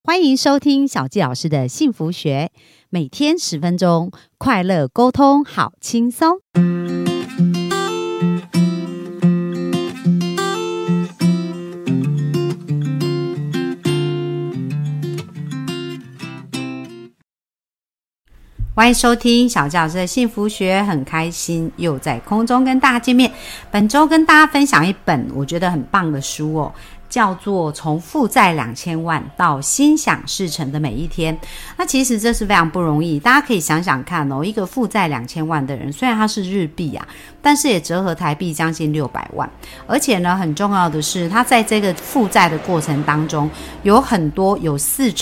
欢迎收听小纪老师的幸福学，每天10分钟，快乐沟通好轻松。欢迎收听小纪老师的幸福学，很开心又在空中跟大家见面。本周跟大家分享一本我觉得很棒的书哦，叫做《从负债2000万到心想事成的每一天》。那其实这是非常不容易，大家可以想想看哦，一个负债2000万的人，虽然他是日币啊，但是也折合台币将近600万。而且呢，很重要的是，他在这个负债的过程当中，有很多有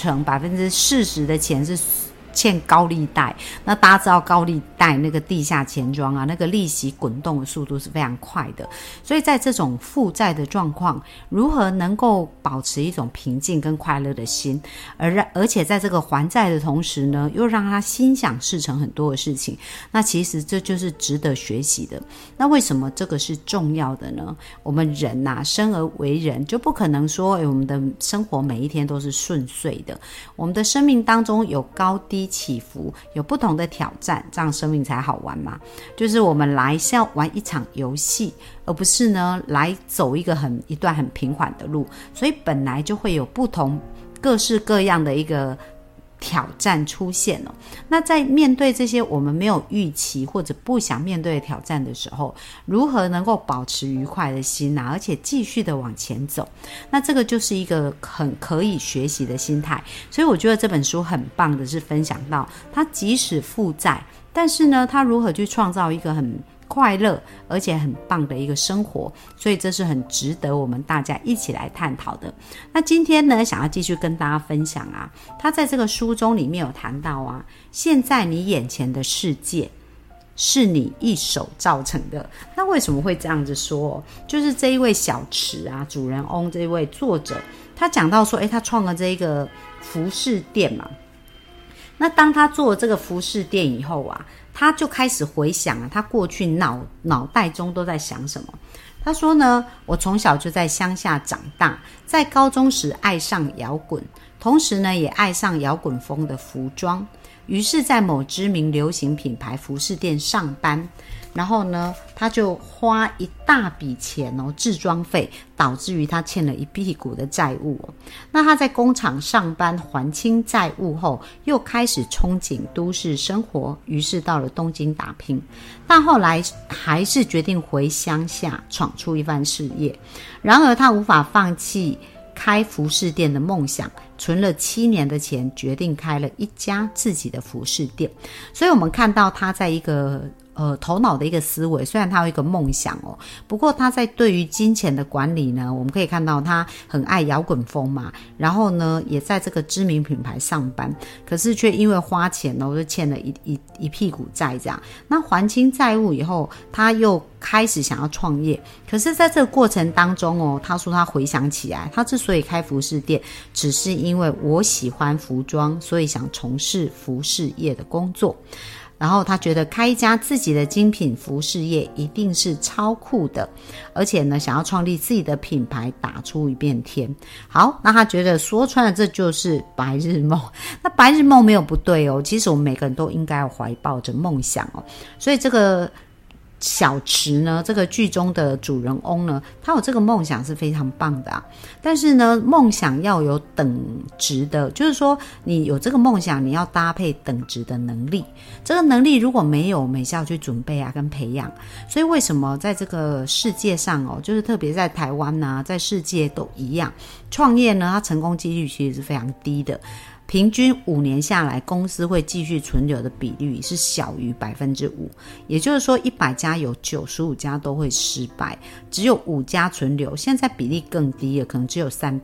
40%的钱是欠高利贷。那大家知道高利贷那个地下钱庄啊，那个利息滚动的速度是非常快的。所以在这种负债的状况，如何能够保持一种平静跟快乐的心，而且在这个还债的同时呢，又让他心想事成很多的事情，那其实这就是值得学习的。那为什么这个是重要的呢？我们人啊，生而为人，就不可能说我们的生活每一天都是顺遂的。我们的生命当中有高低起伏，有不同的挑战，这样生命才好玩嘛。就是我们来是要玩一场游戏，而不是呢来走一段很平缓的路。所以本来就会有不同各式各样的一个挑战出现哦。那在面对这些我们没有预期或者不想面对的挑战的时候，如何能够保持愉快的心啊，而且继续的往前走，那这个就是一个很可以学习的心态。所以我觉得这本书很棒的是分享到他即使负债，但是呢他如何去创造一个很快乐而且很棒的一个生活，所以这是很值得我们大家一起来探讨的。那今天呢，想要继续跟大家分享啊，他在这个书中里面有谈到啊，现在你眼前的世界是你一手造成的。那为什么会这样子说？就是这一位小池啊，主人翁这一位作者，他讲到说，他创了这个服饰店嘛。那当他做了这个服饰店以后啊，他就开始回想啊，他过去脑袋中都在想什么。他说呢，我从小就在乡下长大，在高中时爱上摇滚，同时呢也爱上摇滚风的服装，于是在某知名流行品牌服饰店上班。然后呢，他就花一大笔钱哦，置装费，导致于他欠了一屁股的债务哦。那他在工厂上班还清债务后，又开始憧憬都市生活，于是到了东京打拼。但后来还是决定回乡下闯出一番事业。然而他无法放弃开服饰店的梦想，存了7年的钱，决定开了一家自己的服饰店。所以我们看到他在一个头脑的一个思维，虽然他有一个梦想哦，不过他在对于金钱的管理呢，我们可以看到他很爱摇滚风嘛，然后呢也在这个知名品牌上班，可是却因为花钱就欠了一屁股债这样。那还清债务以后，他又开始想要创业，可是在这个过程当中哦，他说他回想起来，他之所以开服饰店，只是因为我喜欢服装，所以想从事服饰业的工作。然后他觉得开一家自己的精品服饰业一定是超酷的，而且呢想要创立自己的品牌，打出一片天。好，那他觉得说穿了这就是白日梦。那白日梦没有不对哦，其实我们每个人都应该要怀抱着梦想哦。所以这个小池呢，这个剧中的主人翁呢，他有这个梦想是非常棒的啊。但是呢，梦想要有等值的，就是说你有这个梦想，你要搭配等值的能力。这个能力如果没有，我们也是要去准备啊，跟培养。所以为什么在这个世界上哦，就是特别在台湾啊，在世界都一样，创业呢，它成功几率其实是非常低的。平均5年下来，公司会继续存留的比率是小于 5%， 也就是说100家有95家都会失败，只有5家存留。现在比例更低了，可能只有 3%，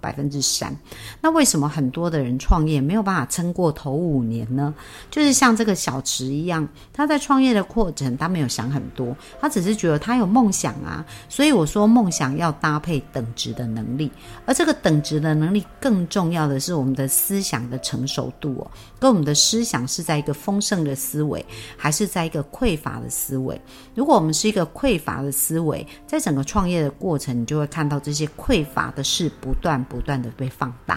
3%。那为什么很多的人创业没有办法撑过头5年呢？就是像这个小池一样，他在创业的过程他没有想很多，他只是觉得他有梦想啊。所以我说梦想要搭配等值的能力，而这个等值的能力更重要的是我们的思想的成熟度哦，跟我们的思想是在一个丰盛的思维，还是在一个匮乏的思维。如果我们是一个匮乏的思维，在整个创业的过程，你就会看到这些匮乏的事不断的被放大。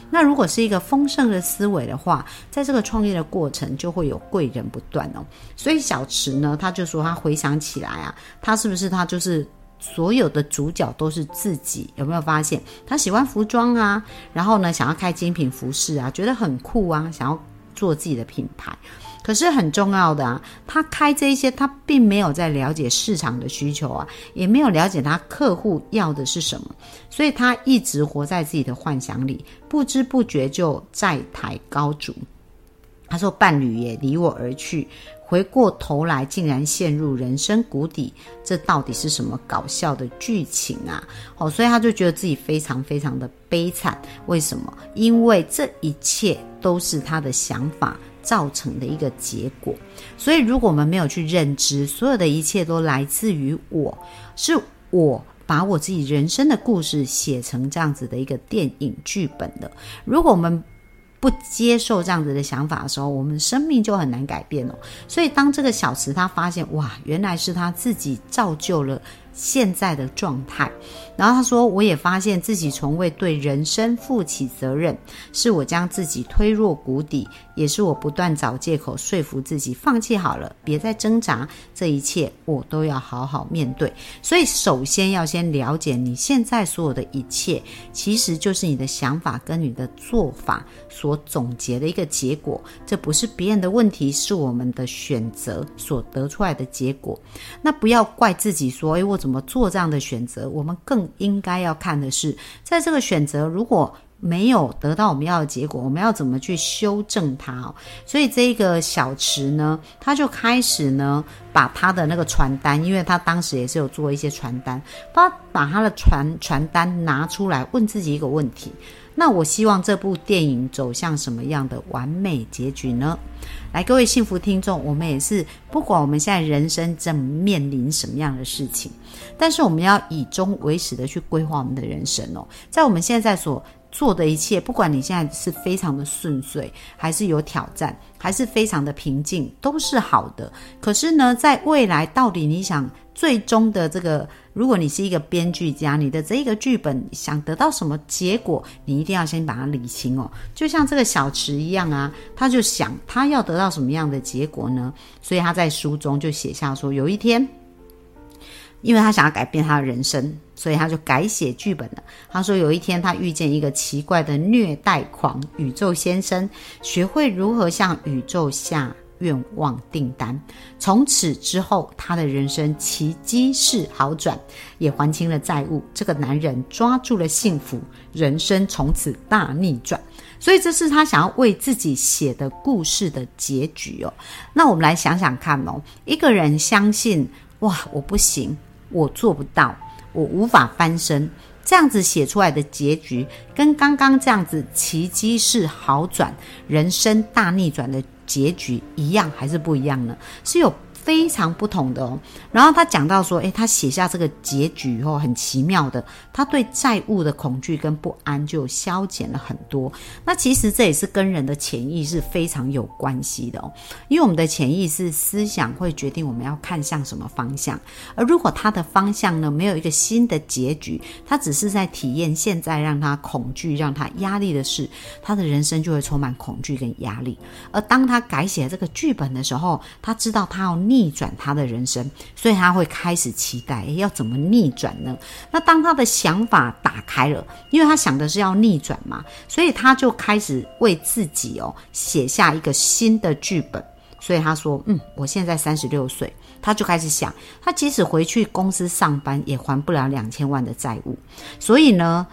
那如果是一个丰盛的思维的话，在这个创业的过程就会有贵人不断哦。所以小池呢，他就说他回想起来啊，他是不是他就是所有的主角都是自己，有没有发现他喜欢服装啊，然后呢想要开精品服饰啊，觉得很酷啊，想要做自己的品牌。可是很重要的啊，他开这一些他并没有在了解市场的需求啊，也没有了解他客户要的是什么，所以他一直活在自己的幻想里，不知不觉就债台高筑。他说伴侣也离我而去，回过头来竟然陷入人生谷底，这到底是什么搞笑的剧情啊？所以他就觉得自己非常非常的悲惨。为什么？因为这一切都是他的想法造成的一个结果。所以如果我们没有去认知所有的一切都来自于我，是我把我自己人生的故事写成这样子的一个电影剧本的，如果我们不接受这样子的想法的时候，我们生命就很难改变哦。所以当这个小池他发现，哇，原来是他自己造就了现在的状态，然后他说我也发现自己从未对人生负起责任，是我将自己推入谷底，也是我不断找借口说服自己放弃好了，别再挣扎，这一切我都要好好面对。所以首先要先了解你现在所有的一切其实就是你的想法跟你的做法所总结的一个结果，这不是别人的问题，是我们的选择所得出来的结果。那不要怪自己说我怎么做这样的选择，我们更应该要看的是，在这个选择如果没有得到我们要的结果，我们要怎么去修正它哦。所以这个小池呢，他就开始呢把他的那个传单，因为他当时也是有做一些传单，把他的传单拿出来问自己一个问题，那我希望这部电影走向什么样的完美结局呢？来，各位幸福听众，我们也是不管我们现在人生正面临什么样的事情，但是我们要以终为始的去规划我们的人生哦。在我们现在所做的一切，不管你现在是非常的顺遂，还是有挑战，还是非常的平静，都是好的。可是呢，在未来到底你想最终的这个，如果你是一个编剧家，你的这一个剧本想得到什么结果，你一定要先把它理清哦。就像这个小池一样啊，他就想他要得到什么样的结果呢？所以他在书中就写下说，有一天，因为他想要改变他的人生，所以他就改写剧本了。他说有一天他遇见一个奇怪的虐待狂宇宙先生，学会如何向宇宙下愿望订单，从此之后他的人生奇迹式好转，也还清了债务。这个男人抓住了幸福，人生从此大逆转。所以这是他想要为自己写的故事的结局哦。那我们来想想看哦，一个人相信哇我不行，我做不到，我无法翻身，这样子写出来的结局跟刚刚这样子奇迹式好转，人生大逆转的结局一样还是不一样呢？是有非常不同的哦。然后他讲到说，他写下这个结局后，很奇妙的，他对债务的恐惧跟不安就消减了很多。那其实这也是跟人的潜意识非常有关系的哦，因为我们的潜意识思想会决定我们要看向什么方向，而如果他的方向呢没有一个新的结局，他只是在体验现在让他恐惧让他压力的事，他的人生就会充满恐惧跟压力。而当他改写这个剧本的时候，他知道他要逆转他的人生，所以他会开始期待要怎么逆转呢？那当他的想法打开了，因为他想的是要逆转嘛，所以他就开始为自己写下一个新的剧本。所以他说我现在36岁，他就开始想，他即使回去公司上班也还不了2000万的债务，所以呢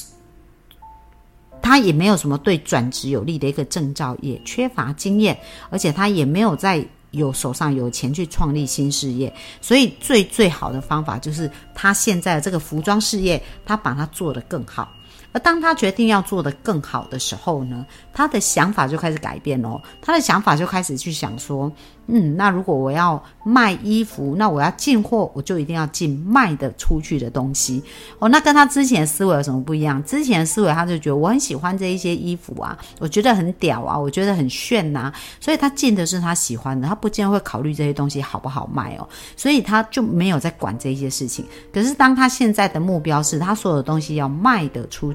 他也没有什么对转职有利的一个证照，也缺乏经验，而且他也没有在手上有钱去创立新事业，所以最好的方法就是他现在的这个服装事业，他把它做得更好。而当他决定要做得更好的时候呢，他的想法就开始改变咯。他的想法就开始去想说，那如果我要卖衣服，那我要进货，我就一定要进卖得出去的东西那跟他之前的思维有什么不一样？之前的思维他就觉得我很喜欢这一些衣服啊，我觉得很屌啊，我觉得很炫啊，所以他进的是他喜欢的，他不见得会考虑这些东西好不好卖所以他就没有在管这些事情。可是当他现在的目标是他所有的东西要卖得出去，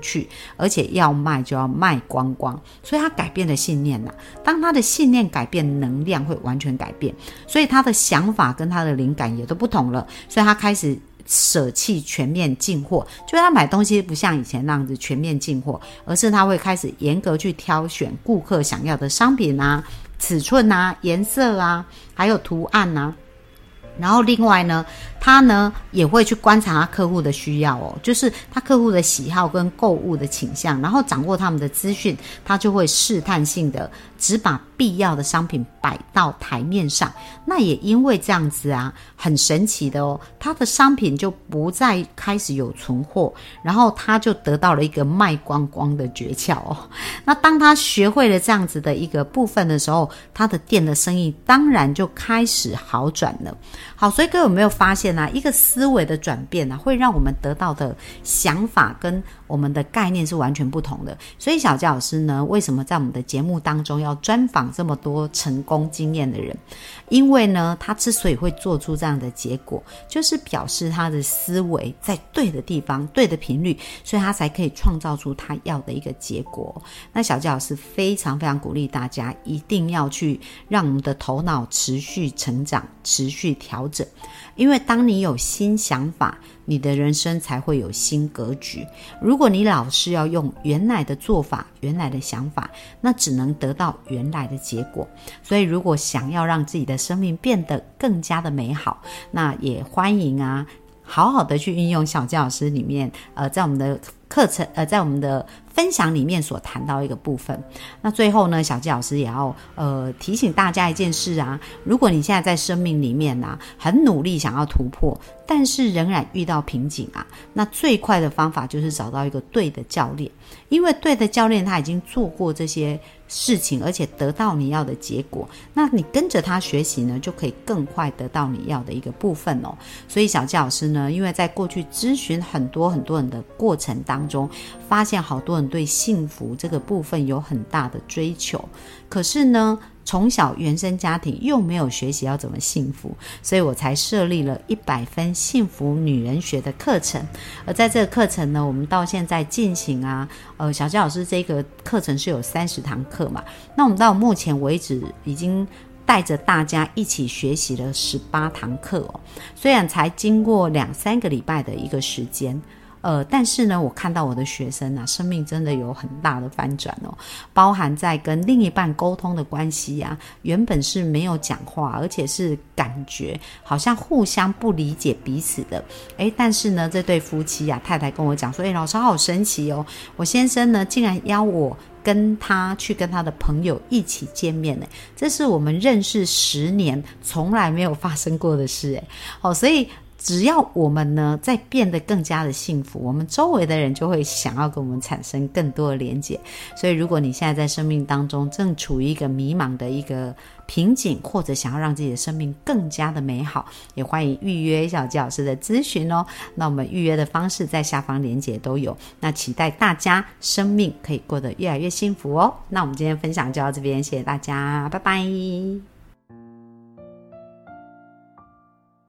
去，而且要卖就要卖光光，所以他改变了信念啦。当他的信念改变，能量会完全改变，所以他的想法跟他的灵感也都不同了，所以他开始舍弃全面进货，就是他买东西不像以前那样子全面进货，而是他会开始严格去挑选顾客想要的商品啊、尺寸啊、颜色啊，还有图案啊。然后另外呢，他呢也会去观察他客户的需要哦，就是他客户的喜好跟购物的倾向，然后掌握他们的资讯，他就会试探性的只把必要的商品摆到台面上。那也因为这样子啊，很神奇的哦，他的商品就不再开始有存货，然后他就得到了一个卖光光的诀窍哦。那当他学会了这样子的一个部分的时候，他的店的生意当然就开始好转了。好，所以各位有没有发现啊，一个思维的转变啊，会让我们得到的想法跟我们的概念是完全不同的。所以小佳老师呢，为什么在我们的节目当中要专访这么多成功经验的人？因为呢，他之所以会做出这样的结果，就是表示他的思维在对的地方、对的频率，所以他才可以创造出他要的一个结果。那小佳老师非常非常鼓励大家，一定要去让我们的头脑持续成长、持续调整，因为当你有新想法，你的人生才会有新格局。如果你老是要用原来的做法、原来的想法，那只能得到原来的结果。所以如果想要让自己的生命变得更加的美好，那也欢迎啊，好好的去运用小佳老师里面在我们的课程在我们的分享里面所谈到一个部分。那最后呢，小佳老师也要提醒大家一件事啊，如果你现在在生命里面啊很努力想要突破，但是仍然遇到瓶颈啊，那最快的方法就是找到一个对的教练，因为对的教练他已经做过这些事情，而且得到你要的结果，那你跟着他学习呢，就可以更快得到你要的一个部分哦。所以小佳老师呢，因为在过去咨询很多人的过程当中，发现好多人对幸福这个部分有很大的追求，可是呢从小原生家庭又没有学习要怎么幸福，所以我才设立了100分幸福女人学的课程。而在这个课程呢，我们到现在进行啊，小佳老师这个课程是有30堂课嘛，那我们到目前为止已经带着大家一起学习了18堂课哦，虽然才经过2-3个礼拜的一个时间。但是呢，我看到我的学生啊，生命真的有很大的翻转哦，包含在跟另一半沟通的关系啊，原本是没有讲话，而且是感觉好像互相不理解彼此的。但是呢，这对夫妻啊，太太跟我讲说，老师好神奇哦，我先生呢竟然邀我跟他去跟他的朋友一起见面，这是我们认识10年从来没有发生过的事。所以只要我们呢在变得更加的幸福，我们周围的人就会想要跟我们产生更多的连结。所以如果你现在在生命当中正处于一个迷茫的一个瓶颈，或者想要让自己的生命更加的美好，也欢迎预约小佳老师的咨询哦。那我们预约的方式在下方连结都有，那期待大家生命可以过得越来越幸福哦。那我们今天分享就到这边，谢谢大家，拜拜。